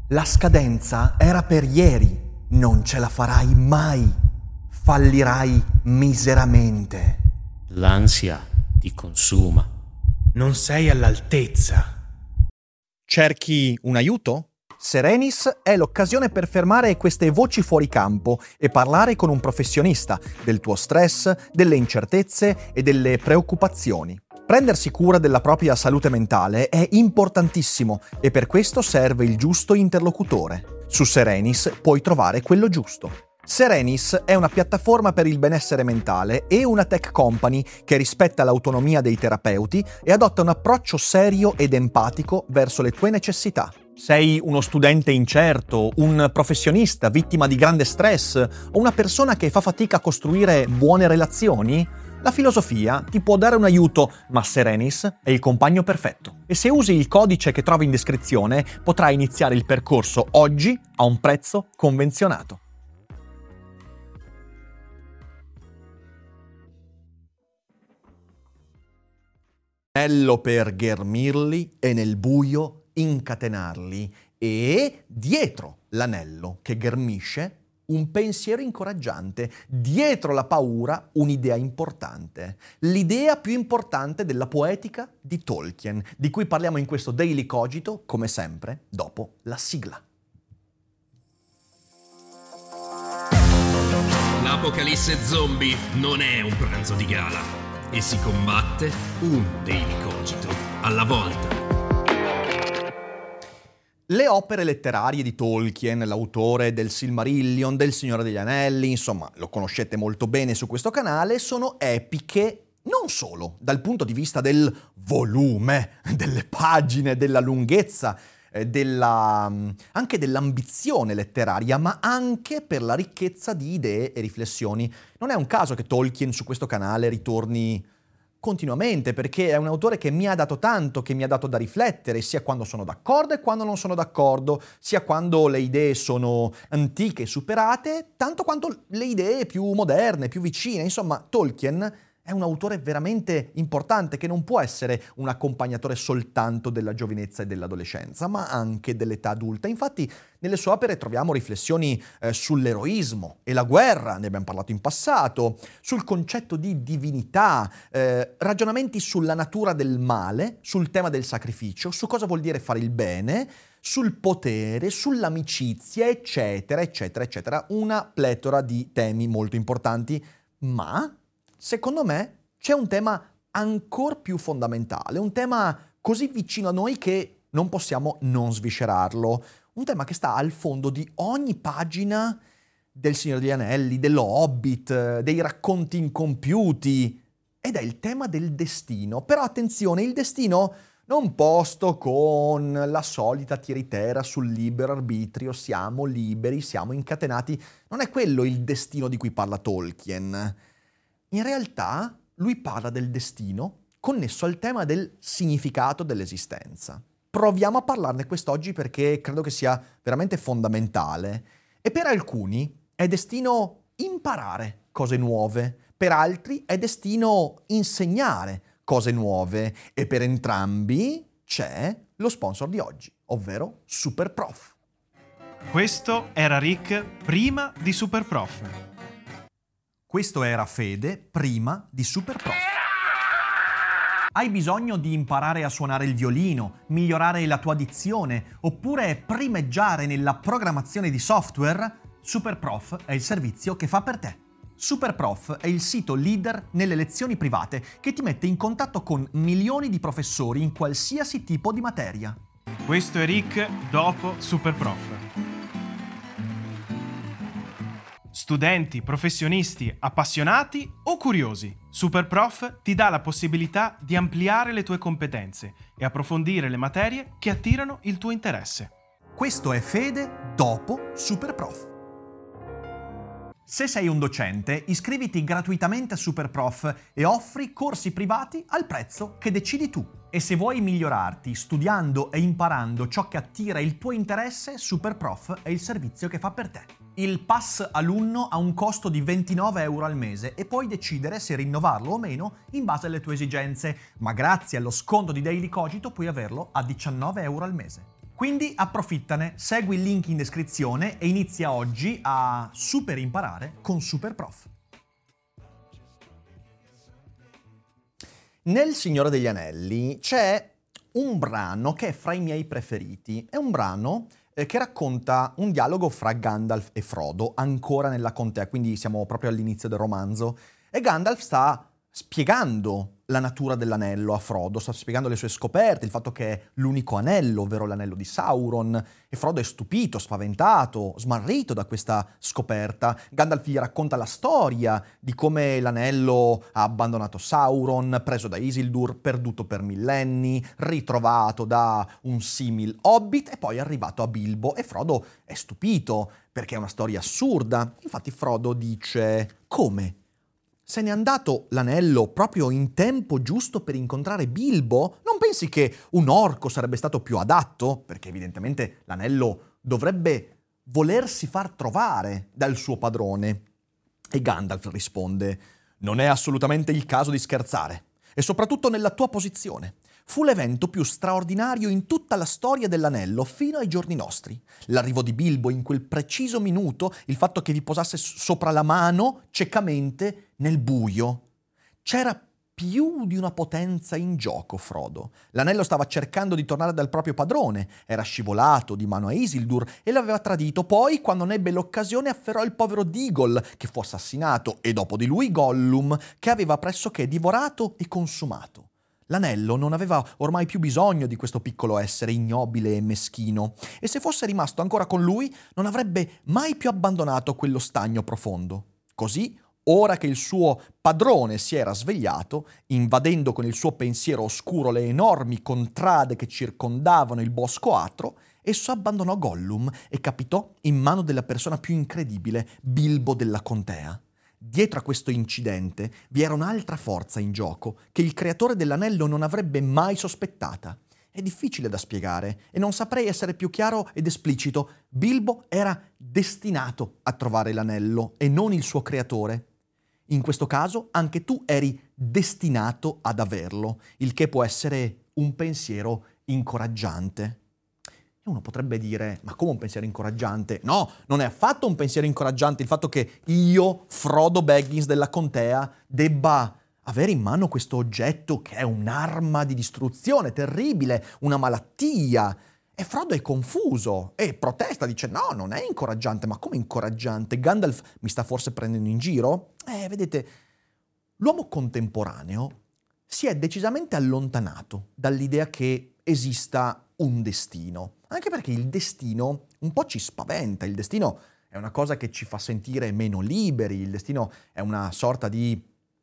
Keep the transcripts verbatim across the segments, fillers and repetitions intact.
La scadenza era per ieri, non ce la farai mai, fallirai miseramente. L'ansia ti consuma. Non sei all'altezza. Cerchi un aiuto? Serenis è l'occasione per fermare queste voci fuori campo e parlare con un professionista del tuo stress, delle incertezze e delle preoccupazioni. Prendersi cura della propria salute mentale è importantissimo e per questo serve il giusto interlocutore. Su Serenis puoi trovare quello giusto. Serenis è una piattaforma per il benessere mentale e una tech company che rispetta l'autonomia dei terapeuti e adotta un approccio serio ed empatico verso le tue necessità. Sei uno studente incerto, un professionista vittima di grande stress o una persona che fa fatica a costruire buone relazioni? La filosofia ti può dare un aiuto, ma Serenis è il compagno perfetto. E se usi il codice che trovi in descrizione, potrai iniziare il percorso oggi a un prezzo convenzionato. L'anello per ghermirli e nel buio incatenarli e dietro l'anello che ghermisce un pensiero incoraggiante, dietro la paura un'idea importante, l'idea più importante della poetica di Tolkien, di cui parliamo in questo Daily Cogito, come sempre, dopo la sigla. L'apocalisse zombie non è un pranzo di gala e si combatte un Daily Cogito alla volta. Le opere letterarie di Tolkien, l'autore del Silmarillion, del Signore degli Anelli, insomma, lo conoscete molto bene su questo canale, sono epiche non solo dal punto di vista del volume, delle pagine, della lunghezza, eh, della, anche dell'ambizione letteraria, ma anche per la ricchezza di idee e riflessioni. Non è un caso che Tolkien su questo canale ritorni continuamente, perché è un autore che mi ha dato tanto, che mi ha dato da riflettere, sia quando sono d'accordo e quando non sono d'accordo, sia quando le idee sono antiche e superate, tanto quanto le idee più moderne, più vicine. Insomma, Tolkien è un autore veramente importante che non può essere un accompagnatore soltanto della giovinezza e dell'adolescenza, ma anche dell'età adulta. Infatti, nelle sue opere troviamo riflessioni eh, sull'eroismo e la guerra, ne abbiamo parlato in passato, sul concetto di divinità, eh, ragionamenti sulla natura del male, sul tema del sacrificio, su cosa vuol dire fare il bene, sul potere, sull'amicizia, eccetera, eccetera, eccetera. Una pletora di temi molto importanti, ma secondo me c'è un tema ancora più fondamentale, un tema così vicino a noi che non possiamo non sviscerarlo, un tema che sta al fondo di ogni pagina del Signore degli Anelli, dello Hobbit, dei racconti incompiuti, ed è il tema del destino. Però attenzione, il destino non posto con la solita tiritera sul libero arbitrio, siamo liberi, siamo incatenati, non è quello il destino di cui parla Tolkien. In realtà lui parla del destino connesso al tema del significato dell'esistenza. Proviamo a parlarne quest'oggi perché credo che sia veramente fondamentale. E per alcuni è destino imparare cose nuove, per altri è destino insegnare cose nuove e per entrambi c'è lo sponsor di oggi, ovvero Superprof. Questo era Rick prima di Superprof. Questo era Fede prima di Superprof. Hai bisogno di imparare a suonare il violino, migliorare la tua dizione, oppure primeggiare nella programmazione di software? Superprof è il servizio che fa per te. Superprof è il sito leader nelle lezioni private che ti mette in contatto con milioni di professori in qualsiasi tipo di materia. Questo è Rick dopo Superprof. Studenti, professionisti, appassionati o curiosi, Superprof ti dà la possibilità di ampliare le tue competenze e approfondire le materie che attirano il tuo interesse. Questo è Fede dopo Superprof. Se sei un docente, iscriviti gratuitamente a Superprof e offri corsi privati al prezzo che decidi tu. E se vuoi migliorarti studiando e imparando ciò che attira il tuo interesse, Superprof è il servizio che fa per te. Il pass alunno ha un costo di ventinove euro al mese e puoi decidere se rinnovarlo o meno in base alle tue esigenze, ma grazie allo sconto di Daily Cogito puoi averlo a diciannove euro al mese. Quindi approfittane, segui il link in descrizione e inizia oggi a super imparare con Superprof. Nel Signore degli Anelli c'è un brano che è fra i miei preferiti. È un brano eh, che racconta un dialogo fra Gandalf e Frodo, ancora nella contea, quindi siamo proprio all'inizio del romanzo. E Gandalf sta spiegando la natura dell'anello a Frodo, sta spiegando le sue scoperte, il fatto che è l'unico anello, ovvero l'anello di Sauron, e Frodo è stupito, spaventato, smarrito da questa scoperta. Gandalf gli racconta la storia di come l'anello ha abbandonato Sauron, preso da Isildur, perduto per millenni, ritrovato da un simil hobbit e poi è arrivato a Bilbo, e Frodo è stupito perché è una storia assurda. Infatti Frodo dice: come? Se n'è andato l'anello proprio in tempo giusto per incontrare Bilbo? Non pensi che un orco sarebbe stato più adatto? Perché evidentemente l'anello dovrebbe volersi far trovare dal suo padrone. E Gandalf risponde: non è assolutamente il caso di scherzare, e soprattutto nella tua posizione. Fu l'evento più straordinario in tutta la storia dell'anello fino ai giorni nostri. L'arrivo di Bilbo in quel preciso minuto, il fatto che vi posasse sopra la mano ciecamente nel buio. C'era più di una potenza in gioco, Frodo. L'anello stava cercando di tornare dal proprio padrone, era scivolato di mano a Isildur e l'aveva tradito. Poi, quando ne ebbe l'occasione, afferrò il povero Diggold, che fu assassinato, e dopo di lui Gollum, che aveva pressoché divorato e consumato. L'anello non aveva ormai più bisogno di questo piccolo essere ignobile e meschino, e se fosse rimasto ancora con lui non avrebbe mai più abbandonato quello stagno profondo. Così, ora che il suo padrone si era svegliato, invadendo con il suo pensiero oscuro le enormi contrade che circondavano il bosco atro, esso abbandonò Gollum e capitò in mano della persona più incredibile, Bilbo della Contea. Dietro a questo incidente vi era un'altra forza in gioco che il creatore dell'anello non avrebbe mai sospettata. È difficile da spiegare e non saprei essere più chiaro ed esplicito. Bilbo era destinato a trovare l'anello e non il suo creatore. In questo caso anche tu eri destinato ad averlo, il che può essere un pensiero incoraggiante. Uno potrebbe dire: ma come un pensiero incoraggiante? No, non è affatto un pensiero incoraggiante il fatto che io, Frodo Baggins della Contea, debba avere in mano questo oggetto che è un'arma di distruzione terribile, una malattia. E Frodo è confuso e protesta, dice: no, non è incoraggiante. Ma come incoraggiante? Gandalf mi sta forse prendendo in giro? Eh, vedete, l'uomo contemporaneo si è decisamente allontanato dall'idea che esista un destino. Anche perché il destino un po' ci spaventa, il destino è una cosa che ci fa sentire meno liberi, il destino è una sorta di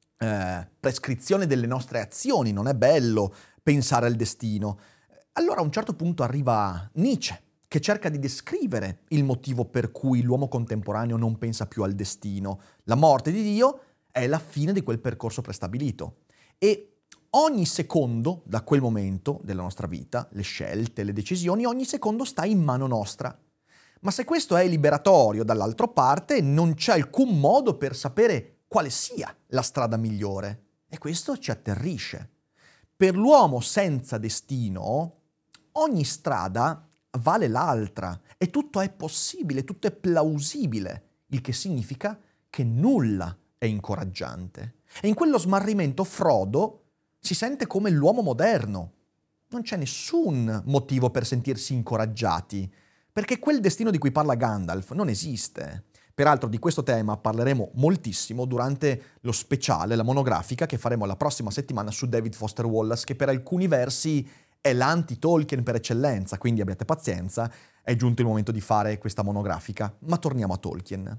eh, prescrizione delle nostre azioni, non è bello pensare al destino. Allora a un certo punto arriva Nietzsche, che cerca di descrivere il motivo per cui l'uomo contemporaneo non pensa più al destino. La morte di Dio è la fine di quel percorso prestabilito. E ogni secondo, da quel momento della nostra vita, le scelte, le decisioni, ogni secondo sta in mano nostra. Ma se questo è liberatorio, dall'altra parte non c'è alcun modo per sapere quale sia la strada migliore. E questo ci atterrisce. Per l'uomo senza destino, ogni strada vale l'altra e tutto è possibile, tutto è plausibile, il che significa che nulla è incoraggiante. E in quello smarrimento Frodo si sente come l'uomo moderno. Non c'è nessun motivo per sentirsi incoraggiati, perché quel destino di cui parla Gandalf non esiste. Peraltro di questo tema parleremo moltissimo durante lo speciale, la monografica che faremo la prossima settimana su David Foster Wallace, che per alcuni versi è l'anti-Tolkien per eccellenza, quindi abbiate pazienza, è giunto il momento di fare questa monografica. Ma torniamo a Tolkien.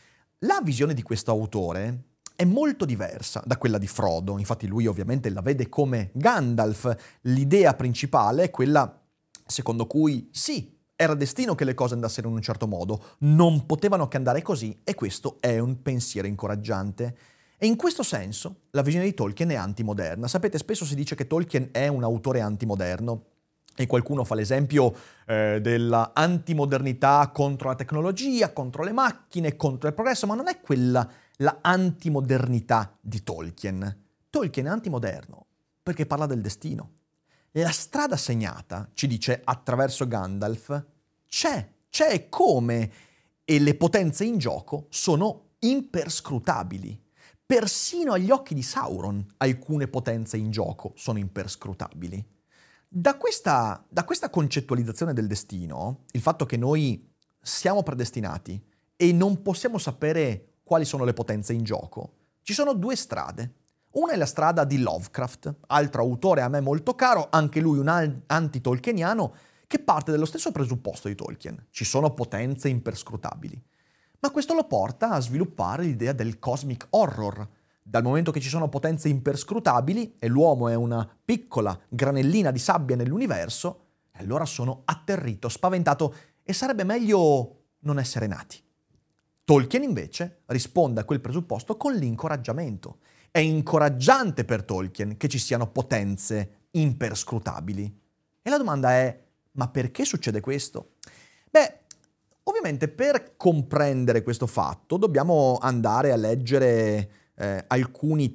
La visione di questo autore è molto diversa da quella di Frodo, infatti lui ovviamente la vede come Gandalf. L'idea principale è quella secondo cui sì, era destino che le cose andassero in un certo modo, non potevano che andare così, e questo è un pensiero incoraggiante. E in questo senso la visione di Tolkien è antimoderna. Sapete, spesso si dice che Tolkien è un autore antimoderno, e qualcuno fa l'esempio eh, della antimodernità contro la tecnologia, contro le macchine, contro il progresso, ma non è quella la antimodernità di Tolkien. Tolkien è antimoderno perché parla del destino. La strada segnata, ci dice attraverso Gandalf, c'è, c'è come, e le potenze in gioco sono imperscrutabili. Persino agli occhi di Sauron alcune potenze in gioco sono imperscrutabili. Da questa, da questa concettualizzazione del destino, il fatto che noi siamo predestinati e non possiamo sapere quali sono le potenze in gioco, ci sono due strade. Una è la strada di Lovecraft, altro autore a me molto caro, anche lui un anti-tolkieniano, che parte dallo stesso presupposto di Tolkien. Ci sono potenze imperscrutabili. Ma questo lo porta a sviluppare l'idea del cosmic horror. Dal momento che ci sono potenze imperscrutabili e l'uomo è una piccola granellina di sabbia nell'universo, allora sono atterrito, spaventato e sarebbe meglio non essere nati. Tolkien invece risponde a quel presupposto con l'incoraggiamento. È incoraggiante per Tolkien che ci siano potenze imperscrutabili. E la domanda è: ma perché succede questo? Beh, ovviamente per comprendere questo fatto dobbiamo andare a leggere eh, alcuni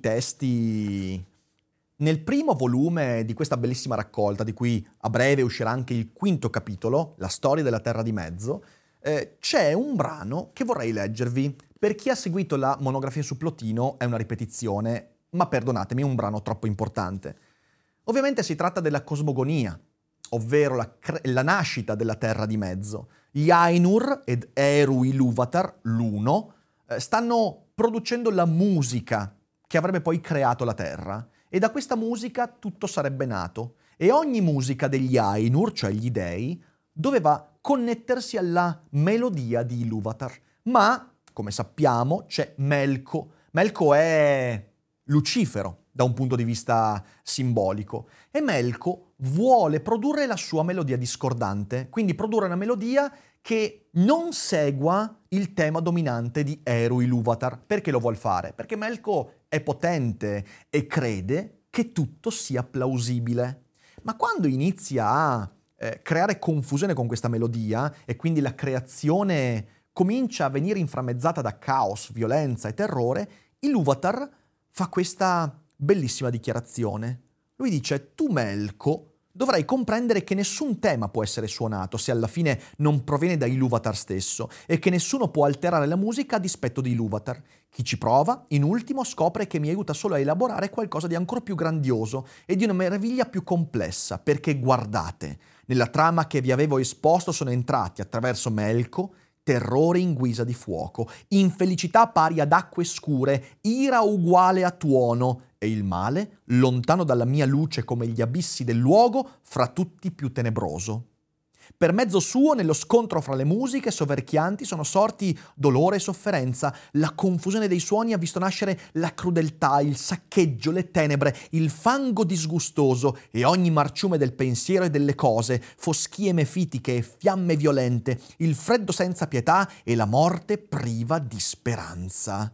testi. Nel primo volume di questa bellissima raccolta, di cui a breve uscirà anche il quinto capitolo, La storia della Terra di Mezzo, eh, c'è un brano che vorrei leggervi. Per chi ha seguito la monografia su Plotino è una ripetizione, ma perdonatemi, è un brano troppo importante. Ovviamente si tratta della cosmogonia, ovvero la, cre- la nascita della Terra di Mezzo. Gli Ainur ed Eru Ilúvatar, l'uno, eh, stanno producendo la musica che avrebbe poi creato la Terra, e da questa musica tutto sarebbe nato, e ogni musica degli Ainur, cioè gli dei, doveva connettersi alla melodia di Ilúvatar. Ma, come sappiamo, c'è Melko. Melko è Lucifero da un punto di vista simbolico, e Melko vuole produrre la sua melodia discordante, quindi produrre una melodia che non segua il tema dominante di Eru Ilúvatar. Perché lo vuol fare? Perché Melko è potente e crede che tutto sia plausibile. Ma quando inizia a eh, creare confusione con questa melodia, e quindi la creazione comincia a venire inframmezzata da caos, violenza e terrore, Ilúvatar fa questa bellissima dichiarazione. Lui dice: tu Melko dovrai comprendere che nessun tema può essere suonato se alla fine non proviene da Ilúvatar stesso, e che nessuno può alterare la musica a dispetto di Ilúvatar. Chi ci prova, in ultimo, scopre che mi aiuta solo a elaborare qualcosa di ancora più grandioso e di una meraviglia più complessa, perché guardate, nella trama che vi avevo esposto sono entrati attraverso Melko terrore in guisa di fuoco, infelicità pari ad acque scure, ira uguale a tuono, e il male, lontano dalla mia luce come gli abissi del luogo, fra tutti più tenebroso. Per mezzo suo, nello scontro fra le musiche soverchianti, sono sorti dolore e sofferenza. La confusione dei suoni ha visto nascere la crudeltà, il saccheggio, le tenebre, il fango disgustoso e ogni marciume del pensiero e delle cose, foschie mefitiche e fiamme violente, il freddo senza pietà e la morte priva di speranza.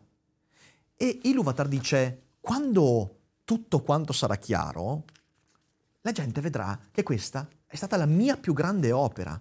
E Ilúvatar dice: quando tutto quanto sarà chiaro, la gente vedrà che questa è stata la mia più grande opera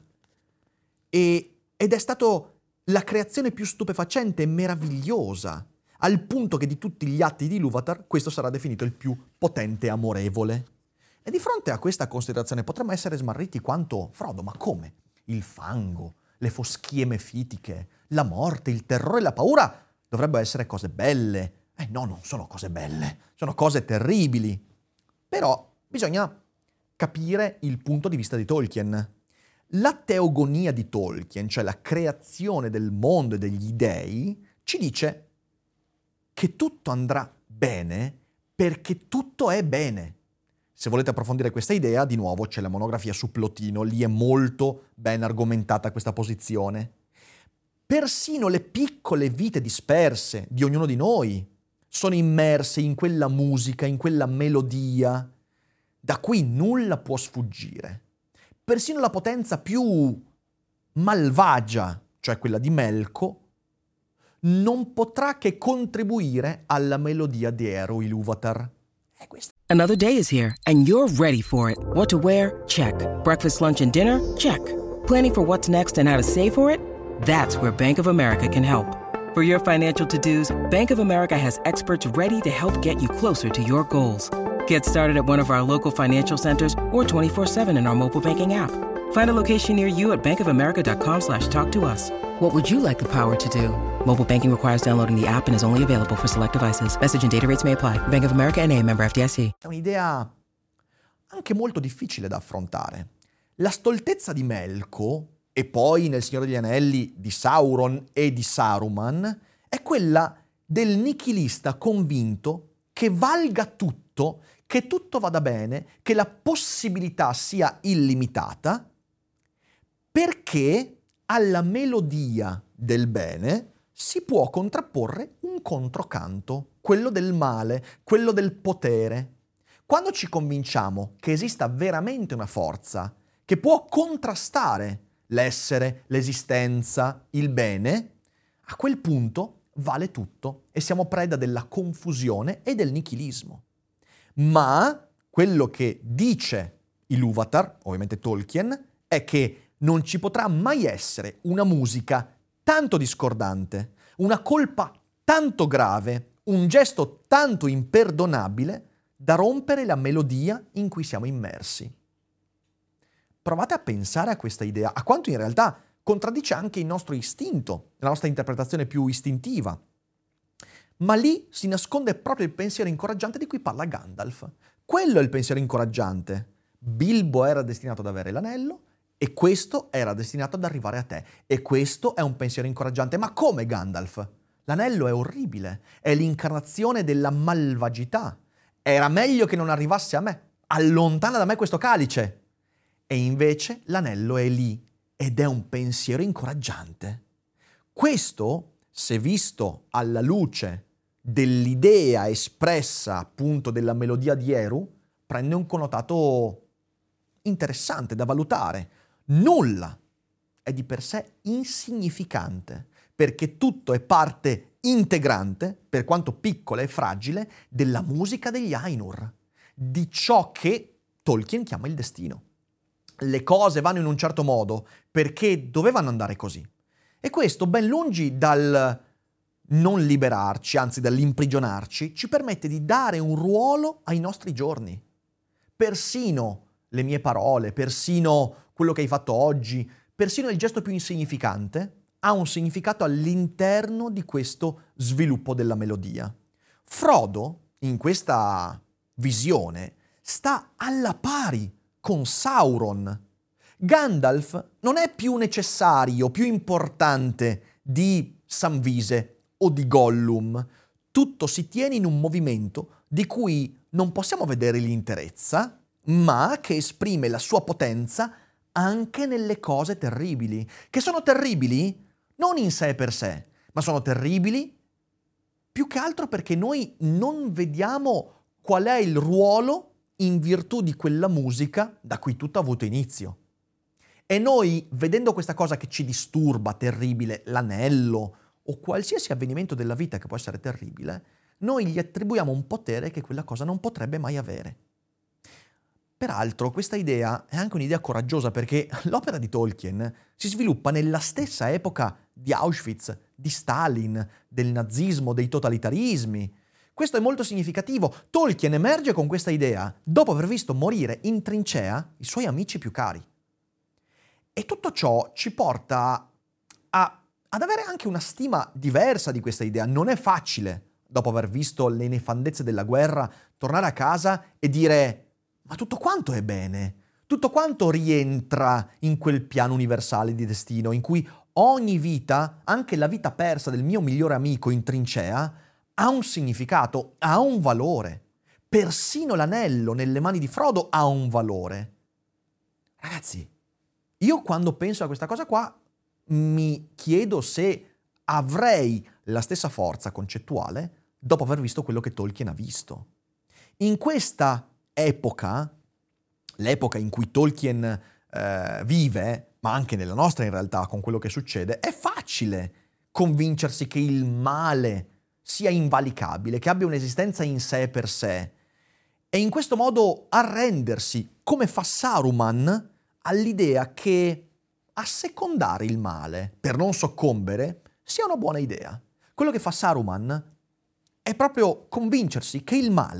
e, ed è stato la creazione più stupefacente e meravigliosa, al punto che di tutti gli atti di Ilúvatar questo sarà definito il più potente e amorevole. E di fronte a questa considerazione potremmo essere smarriti quanto: Frodo, ma come? Il fango, le foschie mefitiche, la morte, il terrore e la paura dovrebbero essere cose belle. Eh no, non sono cose belle, sono cose terribili. Però bisogna capire il punto di vista di Tolkien. La teogonia di Tolkien, cioè la creazione del mondo e degli dei, ci dice che tutto andrà bene perché tutto è bene. Se volete approfondire questa idea, di nuovo c'è la monografia su Plotino, lì è molto ben argomentata questa posizione. Persino le piccole vite disperse di ognuno di noi sono immerse in quella musica, in quella melodia, da cui nulla può sfuggire. Persino la potenza più malvagia, cioè quella di Melko, non potrà che contribuire alla melodia di Eru Ilúvatar. È questo. Another day is here and you're ready for it. What to wear? Check. Breakfast, lunch and dinner? Check. Planning for what's next and how to save for it? That's where Bank of America can help. For your financial to-dos, Bank of America has experts ready to help get you closer to your goals. Get started at one of our local financial centers or twenty-four seven in our mobile banking app. Find a location near you at bankofamerica.com slash talk to us. What would you like the power to do? Mobile banking requires downloading the app and is only available for select devices. Message and data rates may apply. Bank of America N A, member F D I C. È un'idea anche molto difficile da affrontare. La stoltezza di Melko, e poi nel Signore degli Anelli di Sauron e di Saruman, è quella del nichilista convinto che valga tutto, che tutto vada bene, che la possibilità sia illimitata, perché alla melodia del bene si può contrapporre un controcanto, quello del male, quello del potere. Quando ci convinciamo che esista veramente una forza che può contrastare l'essere, l'esistenza, il bene, a quel punto vale tutto e siamo preda della confusione e del nichilismo. Ma quello che dice Ilúvatar, ovviamente Tolkien, è che non ci potrà mai essere una musica tanto discordante, una colpa tanto grave, un gesto tanto imperdonabile da rompere la melodia in cui siamo immersi. Provate a pensare a questa idea, a quanto in realtà contraddice anche il nostro istinto, la nostra interpretazione più istintiva. Ma lì si nasconde proprio il pensiero incoraggiante di cui parla Gandalf. Quello è il pensiero incoraggiante. Bilbo era destinato ad avere l'anello e questo era destinato ad arrivare a te. E questo è un pensiero incoraggiante. Ma come, Gandalf? L'anello è orribile, è l'incarnazione della malvagità. Era meglio che non arrivasse a me. Allontana da me questo calice. E invece l'anello è lì ed è un pensiero incoraggiante. Questo, se visto alla luce dell'idea espressa appunto della melodia di Eru, prende un connotato interessante da valutare. Nulla è di per sé insignificante, perché tutto è parte integrante, per quanto piccola e fragile, della musica degli Ainur, di ciò che Tolkien chiama il destino. Le cose vanno in un certo modo perché dovevano andare così. E questo, ben lungi dal non liberarci, anzi dall'imprigionarci, ci permette di dare un ruolo ai nostri giorni. Persino le mie parole, persino quello che hai fatto oggi, persino il gesto più insignificante ha un significato all'interno di questo sviluppo della melodia. Frodo, in questa visione, sta alla pari con Sauron. Gandalf non è più necessario, più importante di Samvise o di Gollum. Tutto si tiene in un movimento di cui non possiamo vedere l'interezza, ma che esprime la sua potenza anche nelle cose terribili, che sono terribili non in sé per sé, ma sono terribili più che altro perché noi non vediamo qual è il ruolo in virtù di quella musica da cui tutto ha avuto inizio. E noi, vedendo questa cosa che ci disturba, terribile, l'anello o qualsiasi avvenimento della vita che può essere terribile, noi gli attribuiamo un potere che quella cosa non potrebbe mai avere. Peraltro, questa idea è anche un'idea coraggiosa perché l'opera di Tolkien si sviluppa nella stessa epoca di Auschwitz, di Stalin, del nazismo, dei totalitarismi. Questo è molto significativo. Tolkien emerge con questa idea dopo aver visto morire in trincea i suoi amici più cari. E tutto ciò ci porta a, ad avere anche una stima diversa di questa idea. Non è facile, dopo aver visto le nefandezze della guerra, tornare a casa e dire «Ma tutto quanto è bene, tutto quanto rientra in quel piano universale di destino in cui ogni vita, anche la vita persa del mio migliore amico in trincea, ha un significato, ha un valore. Persino l'anello nelle mani di Frodo ha un valore». Ragazzi, io quando penso a questa cosa qua mi chiedo se avrei la stessa forza concettuale dopo aver visto quello che Tolkien ha visto. In questa epoca, l'epoca in cui Tolkien eh, vive, ma anche nella nostra in realtà con quello che succede, è facile convincersi che il male sia invalicabile, che abbia un'esistenza in sé per sé, e in questo modo arrendersi, come fa Saruman, all'idea che assecondare il male per non soccombere sia una buona idea. Quello che fa Saruman è proprio convincersi che il male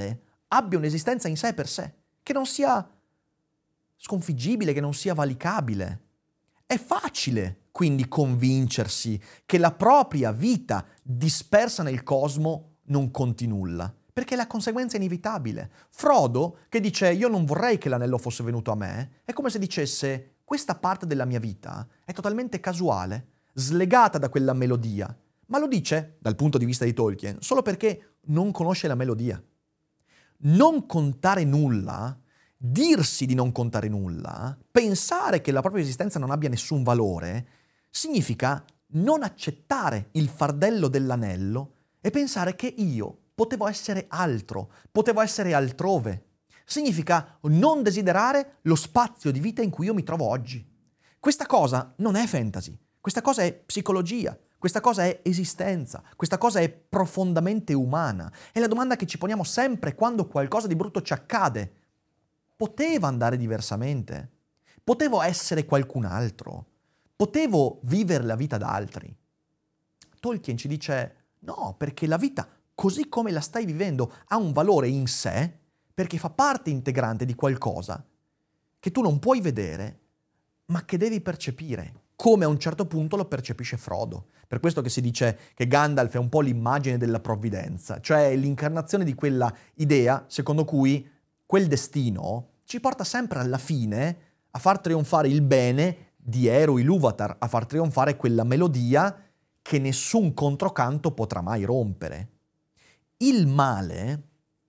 abbia un'esistenza in sé per sé, che non sia sconfiggibile, che non sia valicabile. È facile quindi convincersi che la propria vita dispersa nel cosmo non conti nulla, perché la conseguenza è inevitabile. Frodo, che dice io non vorrei che l'anello fosse venuto a me, è come se dicesse questa parte della mia vita è totalmente casuale, slegata da quella melodia, ma lo dice, dal punto di vista di Tolkien, solo perché non conosce la melodia. Non contare nulla, dirsi di non contare nulla, pensare che la propria esistenza non abbia nessun valore, significa non accettare il fardello dell'anello e pensare che io potevo essere altro, potevo essere altrove. Significa non desiderare lo spazio di vita in cui io mi trovo oggi. Questa cosa non è fantasy, questa cosa è psicologia, questa cosa è esistenza, questa cosa è profondamente umana. È la domanda che ci poniamo sempre quando qualcosa di brutto ci accade. Poteva andare diversamente? Potevo essere qualcun altro? Potevo vivere la vita da altri? Tolkien ci dice no, perché la vita, così come la stai vivendo, ha un valore in sé, perché fa parte integrante di qualcosa che tu non puoi vedere, ma che devi percepire, come a un certo punto lo percepisce Frodo. Per questo che si dice che Gandalf è un po' l'immagine della provvidenza, cioè l'incarnazione di quella idea secondo cui quel destino ci porta sempre alla fine a far trionfare il bene di Eru Ilúvatar, a far trionfare quella melodia che nessun controcanto potrà mai rompere. Il male,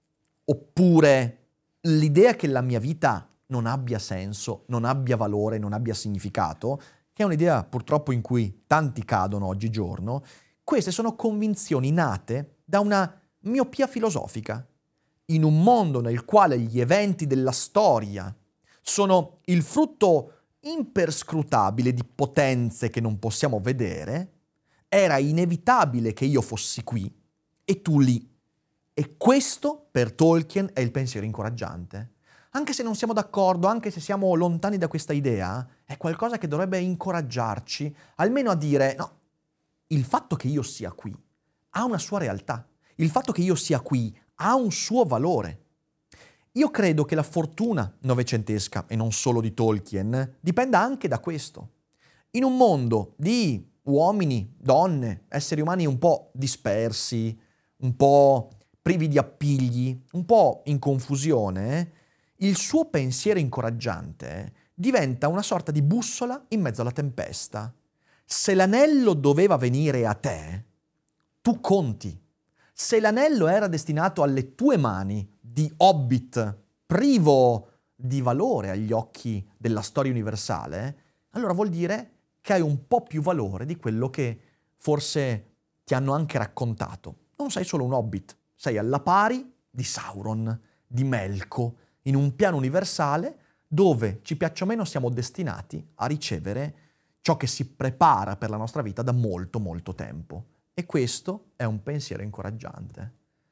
oppure l'idea che la mia vita non abbia senso, non abbia valore, non abbia significato, che è un'idea purtroppo in cui tanti cadono oggigiorno, queste sono convinzioni nate da una miopia filosofica. In un mondo nel quale gli eventi della storia sono il frutto imperscrutabile di potenze che non possiamo vedere, era inevitabile che io fossi qui e tu lì. E questo, per Tolkien, è il pensiero incoraggiante. Anche se non siamo d'accordo, anche se siamo lontani da questa idea, è qualcosa che dovrebbe incoraggiarci almeno a dire no, il fatto che io sia qui ha una sua realtà. Il fatto che io sia qui ha un suo valore. Io credo che la fortuna novecentesca, e non solo di Tolkien, dipenda anche da questo. In un mondo di uomini, donne, esseri umani un po' dispersi, un po' privi di appigli, un po' in confusione, il suo pensiero incoraggiante diventa una sorta di bussola in mezzo alla tempesta. Se l'anello doveva venire a te, tu conti. Se l'anello era destinato alle tue mani di hobbit privo di valore agli occhi della storia universale, allora vuol dire che hai un po' più valore di quello che forse ti hanno anche raccontato. Non sei solo un hobbit, sei alla pari di Sauron, di Melko, in un piano universale dove, ci piaccia o meno, siamo destinati a ricevere ciò che si prepara per la nostra vita da molto molto tempo. E questo è un pensiero incoraggiante.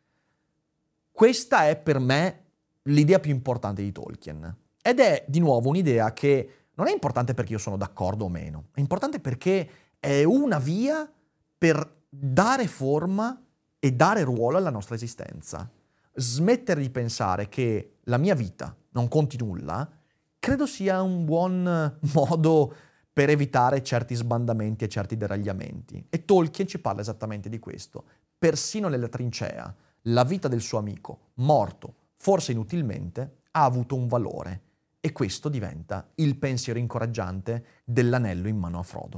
Questa è per me l'idea più importante di Tolkien. Ed è di nuovo un'idea che non è importante perché io sono d'accordo o meno, è importante perché è una via per dare forma e dare ruolo alla nostra esistenza. Smettere di pensare che la mia vita non conti nulla, credo sia un buon modo per evitare certi sbandamenti e certi deragliamenti. E Tolkien ci parla esattamente di questo. Persino nella trincea, la vita del suo amico, morto, forse inutilmente, ha avuto un valore. E questo diventa il pensiero incoraggiante dell'anello in mano a Frodo.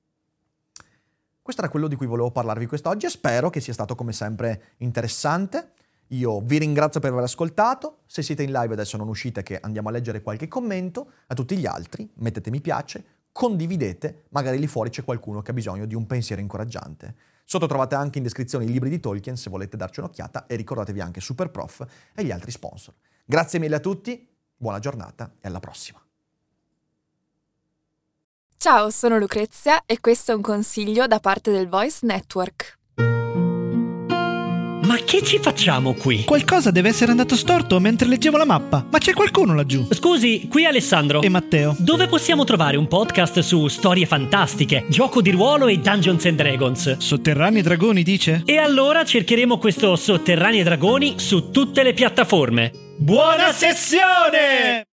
Questo era quello di cui volevo parlarvi quest'oggi e spero che sia stato come sempre interessante. Io vi ringrazio per aver ascoltato. Se siete in live adesso non uscite che andiamo a leggere qualche commento. A tutti gli altri mettete mi piace, condividete, magari lì fuori c'è qualcuno che ha bisogno di un pensiero incoraggiante. Sotto trovate anche in descrizione i libri di Tolkien se volete darci un'occhiata e ricordatevi anche Superprof e gli altri sponsor. Grazie mille a tutti, buona giornata e alla prossima. Ciao, sono Lucrezia e questo è un consiglio da parte del Voice Network. Ma chi che ci facciamo qui? Qualcosa deve essere andato storto mentre leggevo la mappa. Ma c'è qualcuno laggiù? Scusi, qui Alessandro. E Matteo. Dove possiamo trovare un podcast su storie fantastiche, gioco di ruolo e Dungeons and Dragons? Sotterranei dragoni, dice? E allora cercheremo questo Sotterranei Dragoni su tutte le piattaforme. Buona sessione!